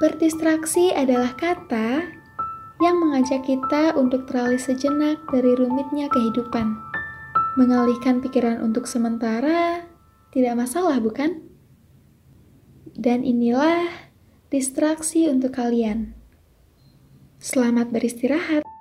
Berdistraksi adalah kata yang mengajak kita untuk teralih sejenak dari rumitnya kehidupan. Mengalihkan pikiran untuk sementara tidak masalah, bukan? Dan inilah distraksi untuk kalian. Selamat beristirahat.